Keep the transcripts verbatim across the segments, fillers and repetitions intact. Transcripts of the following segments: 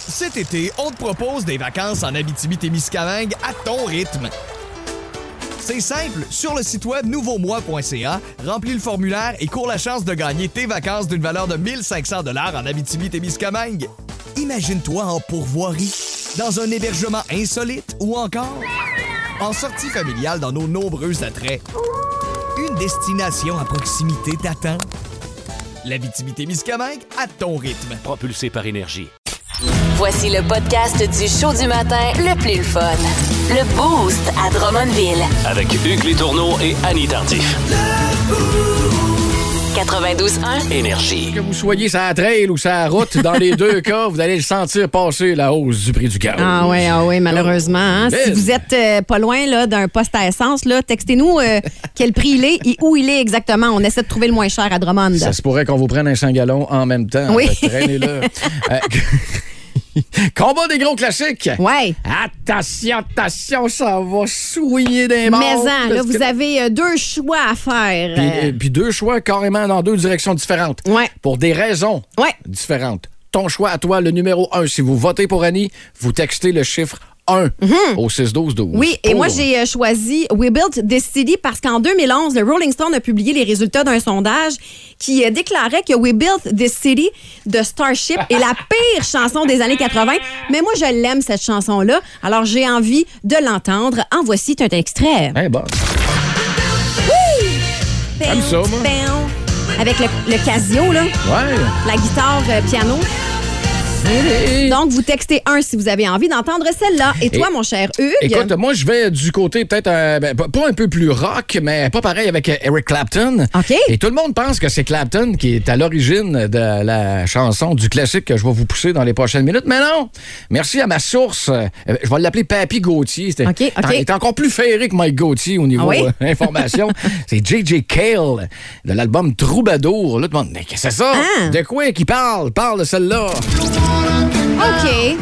Cet été, on te propose des vacances en Abitibi-Témiscamingue à ton rythme. C'est simple, sur le site web nouveau moi point c a, remplis le formulaire et cours la chance de gagner tes vacances d'une valeur de mille cinq cents dollars en Abitibi-Témiscamingue. Imagine-toi en pourvoirie, dans un hébergement insolite ou encore en sortie familiale dans nos nombreux attraits. Une destination à proximité t'attend. L'Abitibi-Témiscamingue à ton rythme. Propulsé par Énergie. Voici le podcast du show du matin le plus le fun. Le Boost à Drummondville. Avec Hugues Létourneau et Annie Tardif. quatre-vingt-douze un Énergie. Que vous soyez sur la trail ou sur la route, dans les deux cas, vous allez le sentir passer la hausse du prix du gaz. Ah oui, ah oui, malheureusement. Hein? Si vous êtes euh, pas loin là, d'un poste à essence, là, textez-nous euh, quel prix il est et où il est exactement. On essaie de trouver le moins cher à Drummond. Ça se pourrait qu'on vous prenne un cinq gallons en même temps. Oui. Euh, Traînez-le. euh, Combat des gros classiques. Ouais. Attention, attention, ça va souiller des morts. Mais-en, là, vous que... avez euh, deux choix à faire. Puis, euh... euh, puis deux choix carrément dans deux directions différentes. Ouais. Pour des raisons ouais. différentes. Ton choix à toi, le numéro un. Si vous votez pour Annie, vous textez le chiffre un mm-hmm. au six douze douze. Oui, et moi, j'ai euh, choisi We Built This City parce qu'en deux mille onze, le Rolling Stone a publié les résultats d'un sondage qui euh, déclarait que We Built This City de Starship est la pire chanson des années quatre-vingt. Mais moi, je l'aime, cette chanson-là. Alors, j'ai envie de l'entendre. En voici un extrait. Eh bon. J'aime ça, moi. Avec le, le Casio, là. Ouais. La guitare euh, piano. Donc, vous textez un si vous avez envie d'entendre celle-là. Et toi, et, mon cher Hugues? Écoute, moi, je vais du côté peut-être, euh, ben, pas un peu plus rock, mais pas pareil avec Eric Clapton. OK. Et tout le monde pense que c'est Clapton qui est à l'origine de la chanson, du classique que je vais vous pousser dans les prochaines minutes. Mais non! Merci à ma source. Euh, je vais l'appeler Papy Gauthier. C'était, OK, OK. Il est encore plus ferré que Mike Gauthier au niveau ah oui? euh, information. C'est J J Cale de l'album Troubadour. Là, tout le monde, mais qu'est-ce que c'est ça? Ah. De quoi qu'il parle? Parle de celle-là. OK.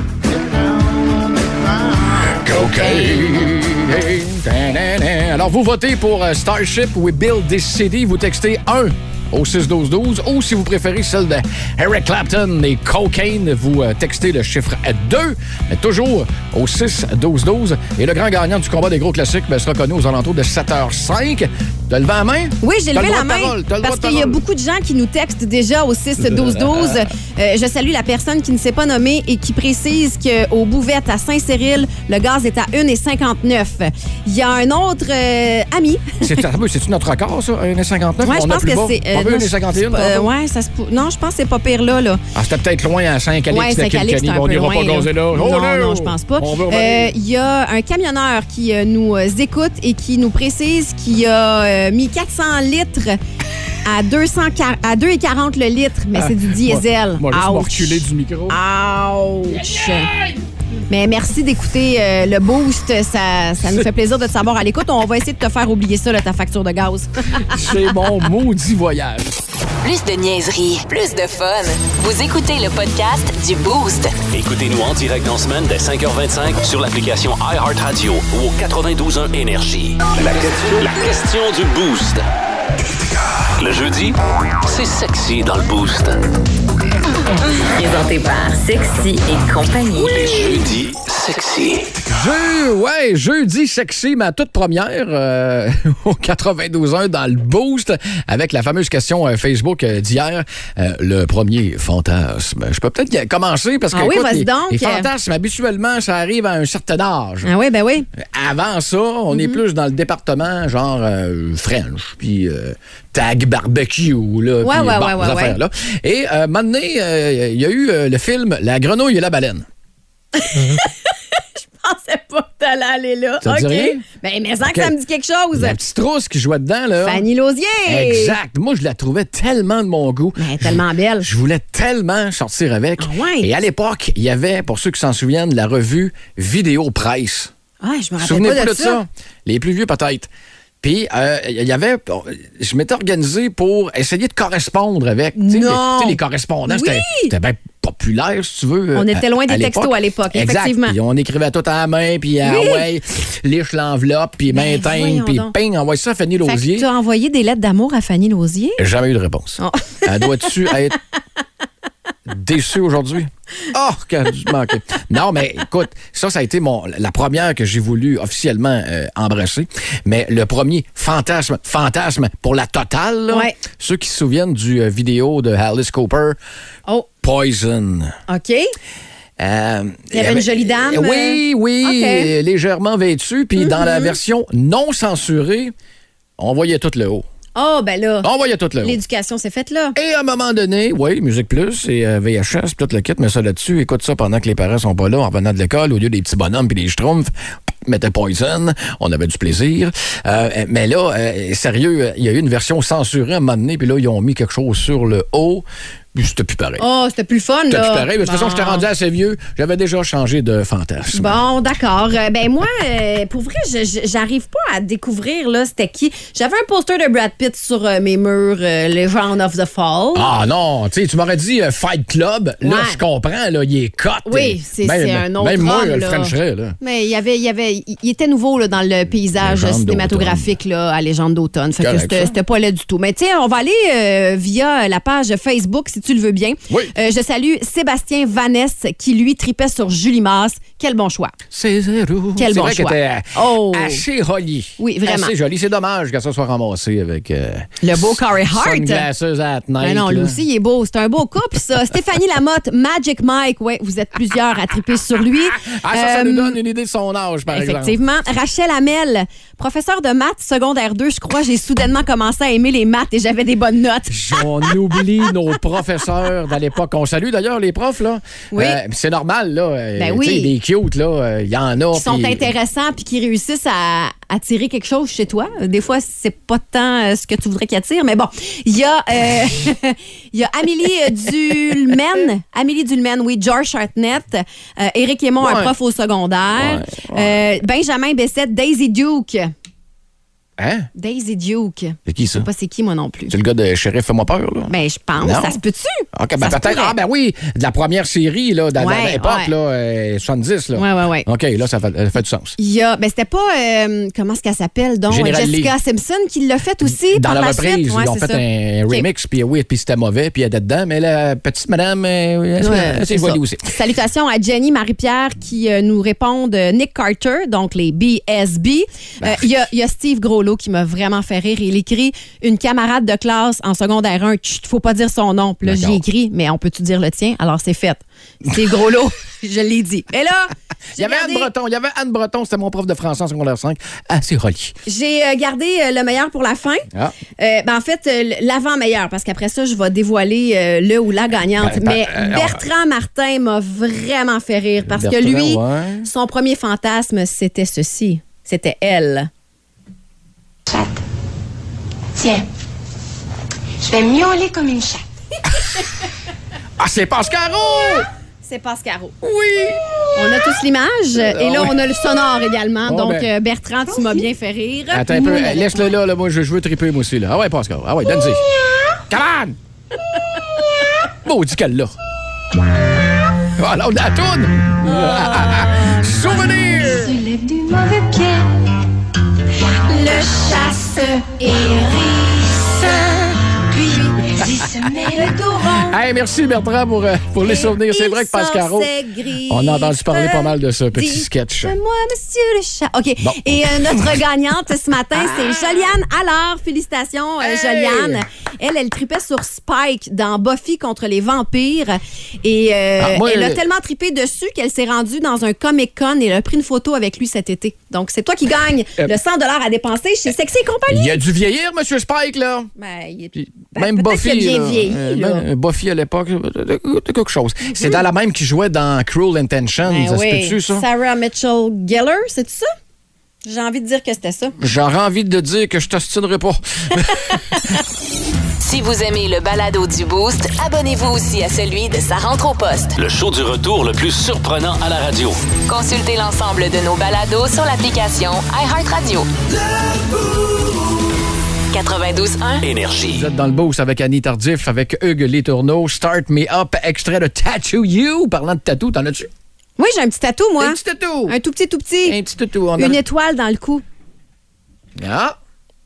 Cocaine. Alors, vous votez pour Starship, We Build This City. Vous textez un au six douze douze. Ou si vous préférez celle de Eric Clapton et Cocaine, vous textez le chiffre deux, mais toujours au six douze douze. Et le grand gagnant du combat des gros classiques ben, sera connu aux alentours de sept heures cinq. T'as levé la main? Oui, j'ai levé la main. Parole, parce qu'il y a beaucoup de gens qui nous textent déjà au six douze douze. euh, je salue la personne qui ne s'est pas nommée et qui précise qu'au Bouvette à Saint-Cyril, le gaz est à un virgule cinquante-neuf. Il y a un autre euh, ami. C'est, c'est-tu notre record, ça, un virgule cinquante-neuf? Oui, je pense que bas. c'est... Euh, un virgule cinquante et un, euh, ouais, ça se pou... Non, je pense que c'est pas pire là. là. Ah, c'était peut-être loin à Saint-Calix. Oui, Saint-Calix, c'est un on peu n'ira loin. pas gazer là. Non, oh, non, non, je pense pas. Il euh, y a un camionneur qui euh, nous écoute et qui nous précise qu'il a euh, mis quatre cents litres à deux cents, à deux virgule quarante le litre, mais ah, c'est du diesel. Moi, moi je reculer du micro. Ouch! Mais merci d'écouter euh, le Boost. Ça, ça nous fait plaisir de te savoir à l'écoute. On va essayer de te faire oublier ça, là, ta facture de gaz. C'est mon maudit voyage. Plus de niaiserie, plus de fun. Vous écoutez le podcast du Boost. Écoutez-nous en direct en semaine dès cinq heures vingt-cinq sur l'application iHeartRadio ou au quatre-vingt-douze un Énergie. La question, la question du Boost. Le jeudi, c'est sexy dans le Boost. Présenté par Sexy et compagnie. Les jeudis sexy. Je, ouais, jeudi sexy, ma toute première euh, au quatre-vingt-douze un dans le Boost avec la fameuse question euh, Facebook euh, d'hier. Euh, le premier fantasme. Je peux peut-être commencer parce que ah oui, écoute, les, donc. les fantasmes, habituellement, ça arrive à un certain âge. Ah oui, ben oui. Avant ça, on mm-hmm. est plus dans le département genre euh, French, puis euh, tag barbecue, là, ouais, puis ouais, bon, ouais, ces ouais, affaires-là. ouais. Et euh, maintenant, il euh, y a eu euh, le film La grenouille et la baleine. Je pensais pas que t'allais aller là. Ça te OK. dit rien? Ben, mais ça que ça me dit quelque chose. La petite rousse qui jouait dedans, là. Fanny Lausier. Exact. Moi, je la trouvais tellement de mon goût. Ben, tellement belle. Je voulais tellement sortir avec. Ah ouais. Et à l'époque, il y avait, pour ceux qui s'en souviennent, la revue Vidéo Presse. Ah, je me rappelle Souvenez pas de, de ça. ça. Les plus vieux, peut-être. Puis, euh, il y avait... Je m'étais organisé pour essayer de correspondre avec... Non! Tu sais, les, les correspondants, oui. c'était, c'était bien populaire, si tu veux. On était loin à, des à textos à l'époque, exact. effectivement. Puis on écrivait tout à la main, puis ah oui. ouais, liche l'enveloppe, puis ben, mainteigne, puis ping, envoie ça à Fanny Lausier. Tu as envoyé des lettres d'amour à Fanny Lausier? Jamais eu de réponse. Oh. Elle doit-tu être... déçu aujourd'hui. Oh, qui a dû manquer. Non, mais écoute, ça, ça a été mon, la première que j'ai voulu officiellement euh, embrasser. Mais le premier fantasme, fantasme pour la totale, là, Ouais. ceux qui se souviennent du euh, vidéo de Alice Cooper, Oh, Poison. OK. Euh, Il y avait une jolie dame. Oui, oui, OK. euh, légèrement vêtue. Puis dans la version non censurée, on voyait tout le haut. Oh, ben là, On voyait tout le haut. l'éducation s'est faite là. Et à un moment donné, oui, Musique Plus et euh, V H S, puis tout le kit, met ça là-dessus. Écoute ça pendant que les parents sont pas là, en revenant de l'école, au lieu des petits bonhommes puis des schtroumpfs, mettait Poison. On avait du plaisir. Euh, mais là, euh, sérieux, il y a eu une version censurée à un moment donné, puis là, ils ont mis quelque chose sur le haut. Puis c'était plus pareil. Oh, c'était plus le fun, C'était là. plus pareil. Mais de toute façon, j'étais Bon. rendu assez vieux. J'avais déjà changé de fantasme. Bon, d'accord. Euh, ben moi, euh, pour vrai, je- je- j'arrive pas à découvrir là c'était qui. J'avais un poster de Brad Pitt sur euh, mes murs, euh, Legend of the Fall. Ah non, tu sais, tu m'aurais dit euh, Fight Club. Là, Ouais. je comprends, là, il est cut. Oui, c'est Même- c'est un autre Même moi, homme, je le là. frencherais, là. Mais il y avait, il y avait, il était nouveau là, dans le paysage Légende cinématographique là, à Légende d'automne. Fait que Correct, c'était ça. c'était pas là du tout. Mais tiens, on va aller euh, via la page Facebook si tu le veux bien. Oui. Euh, je salue Sébastien Vanesse qui lui tripait sur Julie Masse. Quel bon choix. C'est zéro. Quel C'est bon vrai qu'elle choix. était Oh. assez jolie. Oui, vraiment. Assez jolie. C'est dommage que ça soit ramassé avec euh, Le beau Corey Hart. Sunglasses at night. Ben non, lui là. aussi, il est beau. C'est un beau couple, ça. Stéphanie Lamotte, Magic Mike. Ouais, vous êtes plusieurs à triper sur lui. Ah, ça, ça Euh, nous donne une idée de son âge, par exemple. Effectivement. Rachel Hamel, professeur de maths secondaire deux, je crois, j'ai soudainement commencé à aimer les maths et j'avais des bonnes notes. On oublie nos professeurs de l'époque. On salue d'ailleurs les profs, là. Oui. Euh, c'est normal, là. Euh, Ben tu oui. sais, les cute, là, il y en a. Qui sont puis- intéressants puis qui réussissent à attirer quelque chose chez toi. Des fois, c'est pas tant euh, ce que tu voudrais qu'ils attirent, mais bon. Il y a, euh, il y a Amélie Dulmen, Amélie Dulmen, oui, George Hartnett, euh, Éric Aymon, un Ouais. prof au secondaire, Euh, Benjamin Bessette, Daisy Duke. Hein? Daisy Duke. C'est qui, ça? Je sais pas c'est qui, moi non plus. C'est le gars de Sheriff Fais-moi peur, là? Ben, je pense. Non. Ça se peut-tu? OK, ben Ça se peut-être. pourrait. Ah, ben oui, de la première série, là, de, de Ouais, l'époque, ouais. là, euh, soixante-dix, là. Ouais, ouais, ouais. OK, là, ça fait, ça fait du sens. Il y a, ben c'était pas, euh, comment est-ce qu'elle s'appelle, donc? Général Jessica Lee. Simpson qui l'a fait aussi Dans par la la reprise, suite. Ouais, ils ont c'est fait ça. un OK. remix, puis oui, puis c'était mauvais, puis elle était dedans, mais la petite madame, euh, elle, Ouais, elle, c'est c'est jolie ça. aussi. Salutations à Jenny Marie-Pierre qui euh, nous répondent euh, Nick Carter, donc les B S B. Euh, Il y, a, il y a Steve Groslo qui m'a vraiment fait rire. Il écrit une camarade de classe en secondaire un. Chut, faut pas dire son nom. Puis là, D'accord. j'ai écrit, mais on peut-tu dire le tien? Alors, c'est fait. Steve Groslo, je l'ai dit. Et là, Il y avait j'ai Anne gardé- Breton, il y avait Anne Breton, c'était mon prof de français en secondaire cinq. Assez jolie. J'ai euh, gardé euh, le meilleur pour la fin. Ah. Euh, ben, en fait, euh, l'avant-meilleur, parce qu'après ça, je vais dévoiler euh, le ou la gagnante. Ben, ben, Mais euh, Bertrand Martin m'a vraiment fait rire parce Bertrand, que lui, ouais. son premier fantasme, c'était ceci. C'était elle. Chatte. Tiens. Je vais miauler comme une chatte. Ah, c'est Pascaro! C'est Pascaro. Oui! On a tous l'image et là, ouais. on a le sonore également. Bon, Donc, ben. euh, Bertrand, tu m'as bien fait rire. Attends un peu, euh, laisse-le là, là, moi, je, je veux triper, moi aussi, là. Ah ouais, Pascal. Ah ouais, donne-y. Calane! Maudit qu'elle l'a. Voilà, on a la toune! Souvenir! Se lève du mauvais pied. Le chasse hérisse. Puis, il se met le dos rond. Hey, merci Bertrand pour, euh, pour les souvenirs. C'est vrai que Pascaro, on a entendu parler pas mal de ce petit sketch. Moi, monsieur le chat. OK. Bon. Et euh, notre gagnante ce matin, c'est Joliane Allard. Félicitations, euh, Hey! Joliane. Elle, elle tripait sur Spike dans Buffy contre les vampires. Et euh, Ah, moi, elle a euh, tellement tripé dessus qu'elle s'est rendue dans un Comic-Con et elle a pris une photo avec lui cet été. Donc, c'est toi qui gagnes Euh, le cent dollars à dépenser chez Sexy et compagnie. Il a dû vieillir, Monsieur Spike, là. Ben, il est- Puis ben, même peut-être Buffy. qu'il a bien là, vieilli, euh, là. même Buffy à l'époque, de, de quelque chose. C'est dans la même qui jouait dans Cruel Intentions. Ben ça se oui. peut-tu, ça? Sarah Mitchell Gellar, c'est ça? J'ai envie de dire que c'était ça. J'aurais envie de dire que je t'ostinerai pas. Si vous aimez le balado du Boost, abonnez-vous aussi à celui de Sa rentre au poste. Le show du retour le plus surprenant à la radio. Consultez l'ensemble de nos balados sur l'application iHeartRadio. quatre-vingt-douze un Énergie. Vous êtes dans le boost avec Annie Tardif, avec Hugues Létourneau. Start Me Up, extrait de Tattoo You. Parlant de tatou, t'en as-tu? Oui, j'ai un petit tatou, moi. Un petit tatou. Un tout petit, tout petit. Un petit tatou. On a... Une étoile dans le cou. Ah.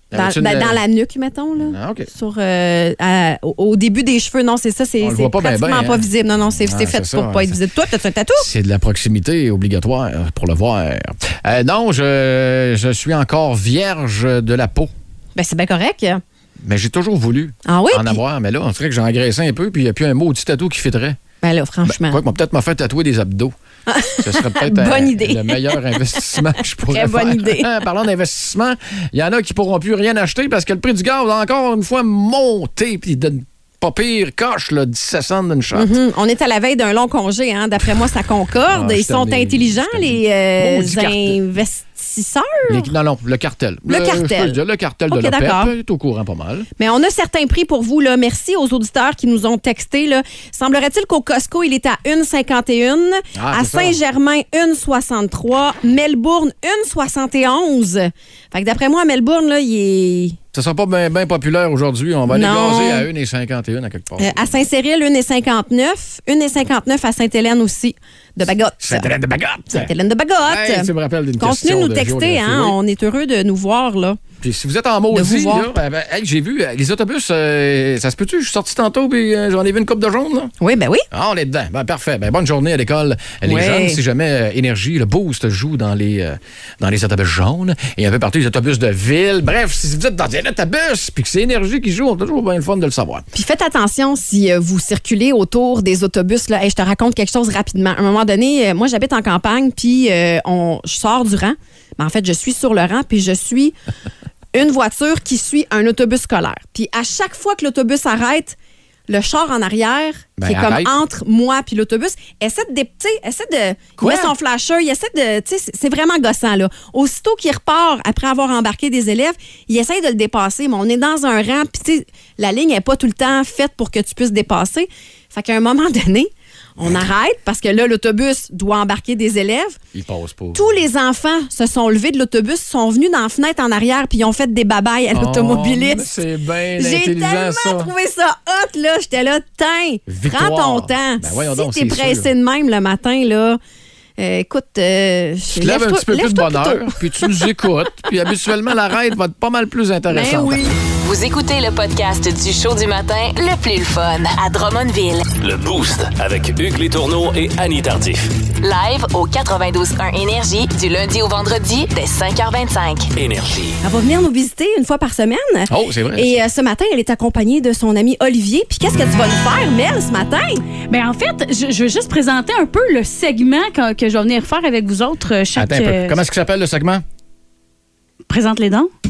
Dans, une... dans, dans la nuque, mettons. Là. Ah, OK. Sur, euh, à, au, au début des cheveux. Non, c'est ça. C'est, On le c'est voit pas ben pratiquement ben, pas hein? visible. Non, non, c'est, Ah, c'est fait c'est pour ça, pas être ça. visible. Toi, t'as-tu un tatou? C'est de la proximité obligatoire pour le voir. Euh, non, je, je suis encore vierge de la peau. Ben, c'est bien correct. Mais j'ai toujours voulu Ah oui? en Puis- avoir. Mais là, on dirait que j'ai engraissé un peu, puis il n'y a plus un maudit tatou qui fitterait. Ben là, Ben, franchement. quoi que m'a peut-être m'a fait tatouer des abdos. Ce serait peut-être Bonne un- idée. le meilleur investissement que je pourrais Très faire. bonne idée. Parlant d'investissement, il y en a qui pourront plus rien acheter parce que le prix du gaz a encore une fois monté, puis de pas pire coche, là, dix-sept cents d'une shot. Mhm. On est à la veille d'un long congé. Hein. D'après moi, ça concorde. Ah, Ils je sont t'en ai- intelligents, je t'en ai- les euh, Maudit cartel. investisseurs. Les- non, non, le cartel. Le cartel. Je peux le dire, le cartel Ok, de l'O P E d'accord. P est au courant pas mal. Mais on a certains prix pour vous. Là. Merci aux auditeurs qui nous ont texté. Là. Semblerait-il qu'au Costco, il est à un cinquante et un. Ah, à c'est ça. Saint-Germain, un soixante-trois. Melbourne, un soixante et onze. Fait que d'après moi, à Melbourne, là, il est... Ça sera pas bien populaire aujourd'hui. On va aller Non. gazer à un cinquante et un à quelque part. Euh, à Saint-Cyril, un cinquante-neuf. un cinquante-neuf à Sainte-Hélène aussi, de Bagotte. Sainte-Hélène de Bagotte. Sainte-Hélène de Bagotte. Hey, tu me rappelles d'une Continuez de question nous de texter. Hein? géographie, oui. On est heureux de nous voir. Là. Puis si vous êtes en De maudit, vous voir. là, ben, ben, hey, j'ai vu euh, les autobus, euh, ça se peut-tu? Je suis sorti tantôt puis euh, j'en ai vu une coupe de jaune, là. Oui, ben oui. Ah, on est dedans. Ben, parfait. Ben, bonne journée à l'école. Les Ouais. jeunes, si jamais euh, Énergie, le Boost joue dans les, euh, dans les autobus jaunes et un peu partout les autobus de ville. Bref, si vous êtes dans un autobus puis que c'est Énergie qui joue, on a toujours bien le fun de le savoir. Puis faites attention si euh, vous circulez autour des autobus. Là. Hey, je te raconte quelque chose rapidement. À un moment donné, euh, moi, j'habite en campagne, puis euh, on, je sors du rang. Mais en fait, je suis sur le rang, puis je suis une voiture qui suit un autobus scolaire. Puis à chaque fois que l'autobus arrête, le char en arrière, Ben, qui est arrête. comme entre moi puis l'autobus, essaie de, tu sais, essaie de, il Quoi? met son flasher, il essaie de, tu sais, c'est- c'est vraiment gossant, là. Aussitôt qu'il repart, après avoir embarqué des élèves, il essaie de le dépasser, mais on est dans un rang, puis tu sais, la ligne n'est pas tout le temps faite pour que tu puisses dépasser. Fait qu'à un moment donné, on arrête parce que là, l'autobus doit embarquer des élèves. Il passe pas. Tous les enfants se sont levés de l'autobus, sont venus dans la fenêtre en arrière, puis ils ont fait des babayes à Oh, l'automobiliste. c'est bien J'ai intelligent, tellement ça. trouvé ça hot, là. J'étais là, tiens, Victoire. prends ton temps. Ben voyons donc, si t'es c'est pressé sûr. de même le matin, là, euh, écoute, euh, Tu te lèves un petit peu plus de bonheur, puis tu nous écoutes, puis habituellement, la raide va être pas mal plus Ben intéressante. oui. Vous écoutez le podcast du show du matin le plus le fun à Drummondville. Le Boost avec Hugues Létourneau et Annie Tardif. Live au quatre-vingt-douze un Énergie du lundi au vendredi dès cinq heures vingt-cinq. Énergie. Elle va venir nous visiter une fois par semaine. Oh, c'est vrai. Et euh, ce matin, elle est accompagnée de son ami Olivier. Puis qu'est-ce que tu vas nous faire, Mel, ce matin? Ben en fait, je, je veux juste présenter un peu le segment que, que je vais venir faire avec vous autres euh, chaque... Attends un peu. euh, Comment est-ce qu'il s'appelle le segment? Présente les dons.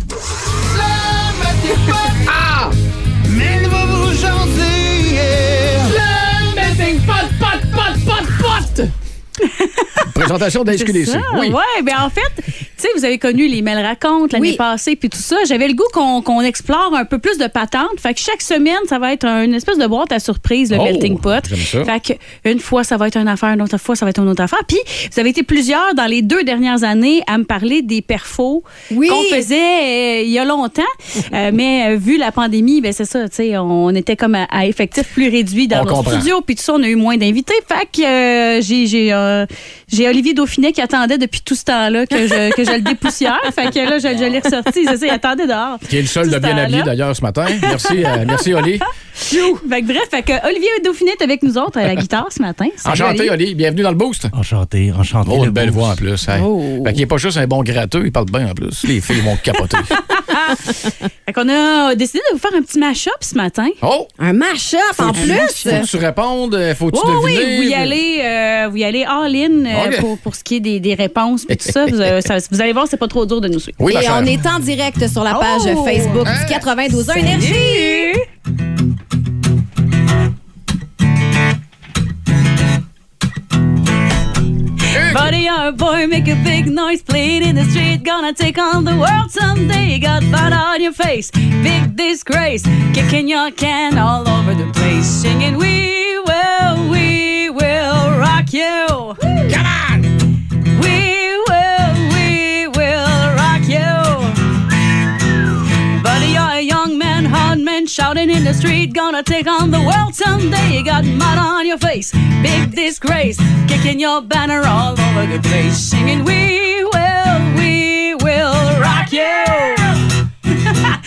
Présentation d'A S Q D C. Ça, Oui. Ouais, ben en fait, tu sais, vous avez connu les Mel racontes l'année Oui. passée puis tout ça. J'avais le goût qu'on qu'on explore un peu plus de patentes. Fait que chaque semaine, ça va être une espèce de boîte à surprise, le Oh, melting pot. j'aime ça. Fait que une fois, ça va être une affaire, une autre fois, ça va être une autre affaire. Puis vous avez été plusieurs dans les deux dernières années à me parler des perfos Oui. qu'on faisait euh, il y a longtemps. Euh, mais euh, vu la pandémie, ben c'est ça, tu sais, on était comme à, à effectif plus réduit dans On nos comprend. studios. Puis tout ça, on a eu moins d'invités. Fait que euh, j'ai j'ai euh, j'ai Olivier Dauphinet qui attendait depuis tout ce temps-là que je, que je le dépoussière. Fait que là, je, je l'ai ressorti. C'est ça, il attendait dehors. Qui est le seul Tout de ce bien temps-là. habillé d'ailleurs ce matin. Merci, euh, merci Oli. Fait que bref, fait que Olivier Dauphinet est avec nous autres à la guitare ce matin. Salut, Enchanté, Oli. Oli. Bienvenue dans le Boost. Enchanté, enchanté. Oh, le une belle boost. voix en plus. Hein. Oh. Fait qu'il n'est pas juste un bon gratteux, il parle bien en plus. Les filles vont capoter. Fait qu'on a décidé de vous faire un petit mash-up ce matin. Oh! Un mash-up en Faut-tu- plus. Faut-tu répondes? Faut-tu Oh, oui, deviner? vous y allez, euh, vous y allez all-in euh, Ok. pour, pour ce qui est des, des réponses puis tout ça. Vous, euh, ça- vous allez voir, c'est pas trop dur de nous suivre. Oui, ma Et chère. on est en direct sur la page Oh. Facebook du quatre-vingt-douze un Énergie. Buddy, your boy, make a big noise, play it in the street, gonna take on the world someday. You got blood on your face, big disgrace, kicking your can all over the place, singing, we will, we will rock you. Come on! We will, we will rock you. Buddy, you're a young man, hard man, shouting in the street, gonna take on the world someday. You got mud on your face, big disgrace, kicking your banner all over the place, singing, we will, we will rock you.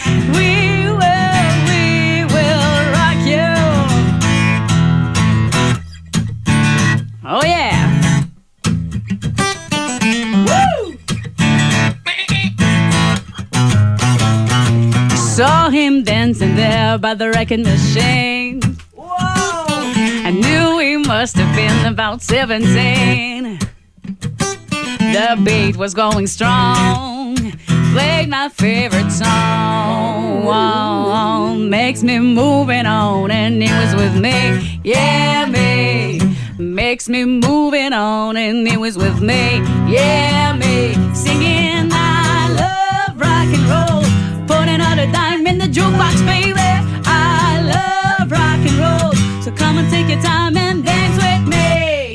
dancing there by the wrecking machine. Whoa! I knew he must have been about seventeen. The beat was going strong, played my favorite song. Whoa, makes me moving on, and he was with me, yeah, me. Makes me moving on, and he was with me, yeah, me. Singing, I love rock and roll, put another dime in the jukebox, baby. I love rock and roll, so come and take your time and dance with me.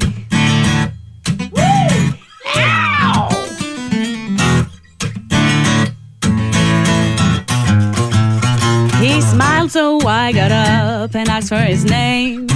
Woo! Ow! He smiled, so I got up and asked for his name.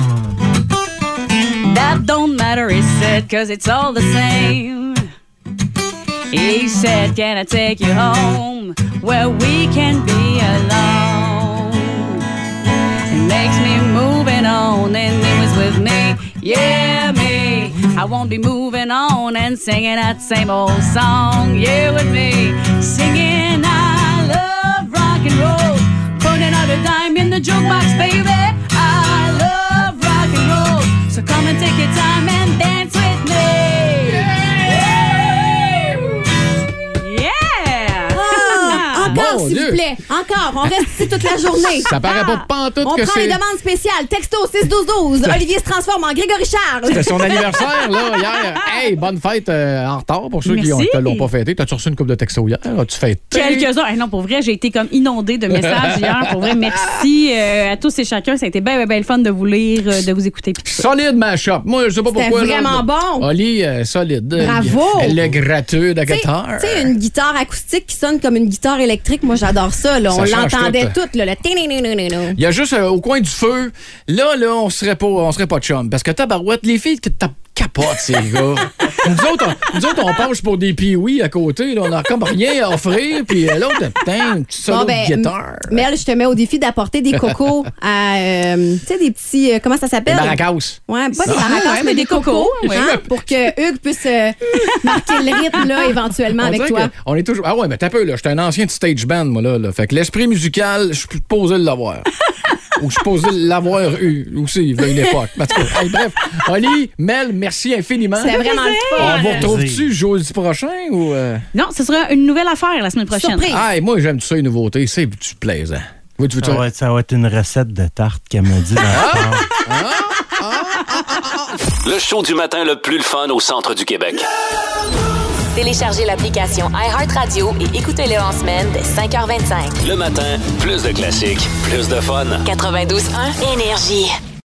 That don't matter, he said, cause it's all the same. He said, can I take you home where we can be alone? It makes me moving on, and he was with me, yeah, me. I won't be moving on and singing that same old song, yeah, with me. Singing, I love rock and roll, put another dime in the jukebox, baby. I love rock and roll, so come and take your time and dance with me. Yeah! Ah, encore, Mon s'il Dieu. vous plaît. Encore. On reste ici toute la journée. Ça paraît pas pantoute On que prend c'est... les demandes spéciales. Texto six douze douze. Olivier se transforme en Grégory Charles. C'était son anniversaire, là, hier. Hey, bonne fête euh, en retard pour ceux qui Merci. ne l'ont pas fêté. T'as-tu reçu une couple de textos hier? As-tu fêté? Quelques-uns. Eh non, pour vrai, j'ai été comme inondée de messages hier. Pour vrai, merci euh, à tous et chacun. Ça a été bien, bien, bien le fun de vous lire, euh, de vous écouter. Puis tout ça. Solide mashup. Moi, je sais pas C'était pourquoi. là, vraiment bon. Oli, euh, solide. Bravo. Le gratteux de Tu sais- guitare. tu sais, une guitare acoustique qui sonne comme une guitare électrique, moi j'adore ça. Là. Ça On change l'entendait tout. toute, là, le tin-tin-tin-tin-tin. Il y a juste euh, au coin du feu, là, là, on serait pas, on serait pas chum. Parce que tabarouette, les filles qui tapent capote, ces gars. nous, autres, on, nous autres, on penche pour des pee-wee à côté. Là, on n'a comme rien à offrir. Puis euh, l'autre, putain, un petit solo Bon, ben, de guitare. Mel, je te mets au défi d'apporter des cocos à, euh, tu sais, des petits, euh, comment ça Des s'appelle? maracas. Ouais, pas des Ah, maracas, ouais, mais mais des des cocos, cocos, hein, ouais. pour que Hugues puisse euh, marquer le rythme, là, éventuellement, On avec dirait toi. que On est toujours. Ah ouais, mais t'as peu, là. J'étais un ancien de stage band, moi, là. là. Fait que l'esprit musical, je suis posé de l'avoir. Ou je suis posé de l'avoir eu aussi, il y a une époque. En tout cas, hey, bref, Oli, Mel, merci infiniment. C'était vraiment le fun. On vous retrouve-tu jeudi prochain ou. Euh... Non, ce sera une nouvelle affaire la semaine prochaine. Surprise. Ah, et moi, j'aime ça, les nouveautés. C'est du plaisant. Oui, tu veux Ça va, être, ça va être une recette de tarte qu'elle m'a dit dans le sport. Le show du matin le plus le fun au centre du Québec. Téléchargez l'application iHeartRadio et écoutez-le en semaine dès cinq heures vingt-cinq. Le matin, plus de classiques, plus de fun. quatre-vingt-douze un Énergie.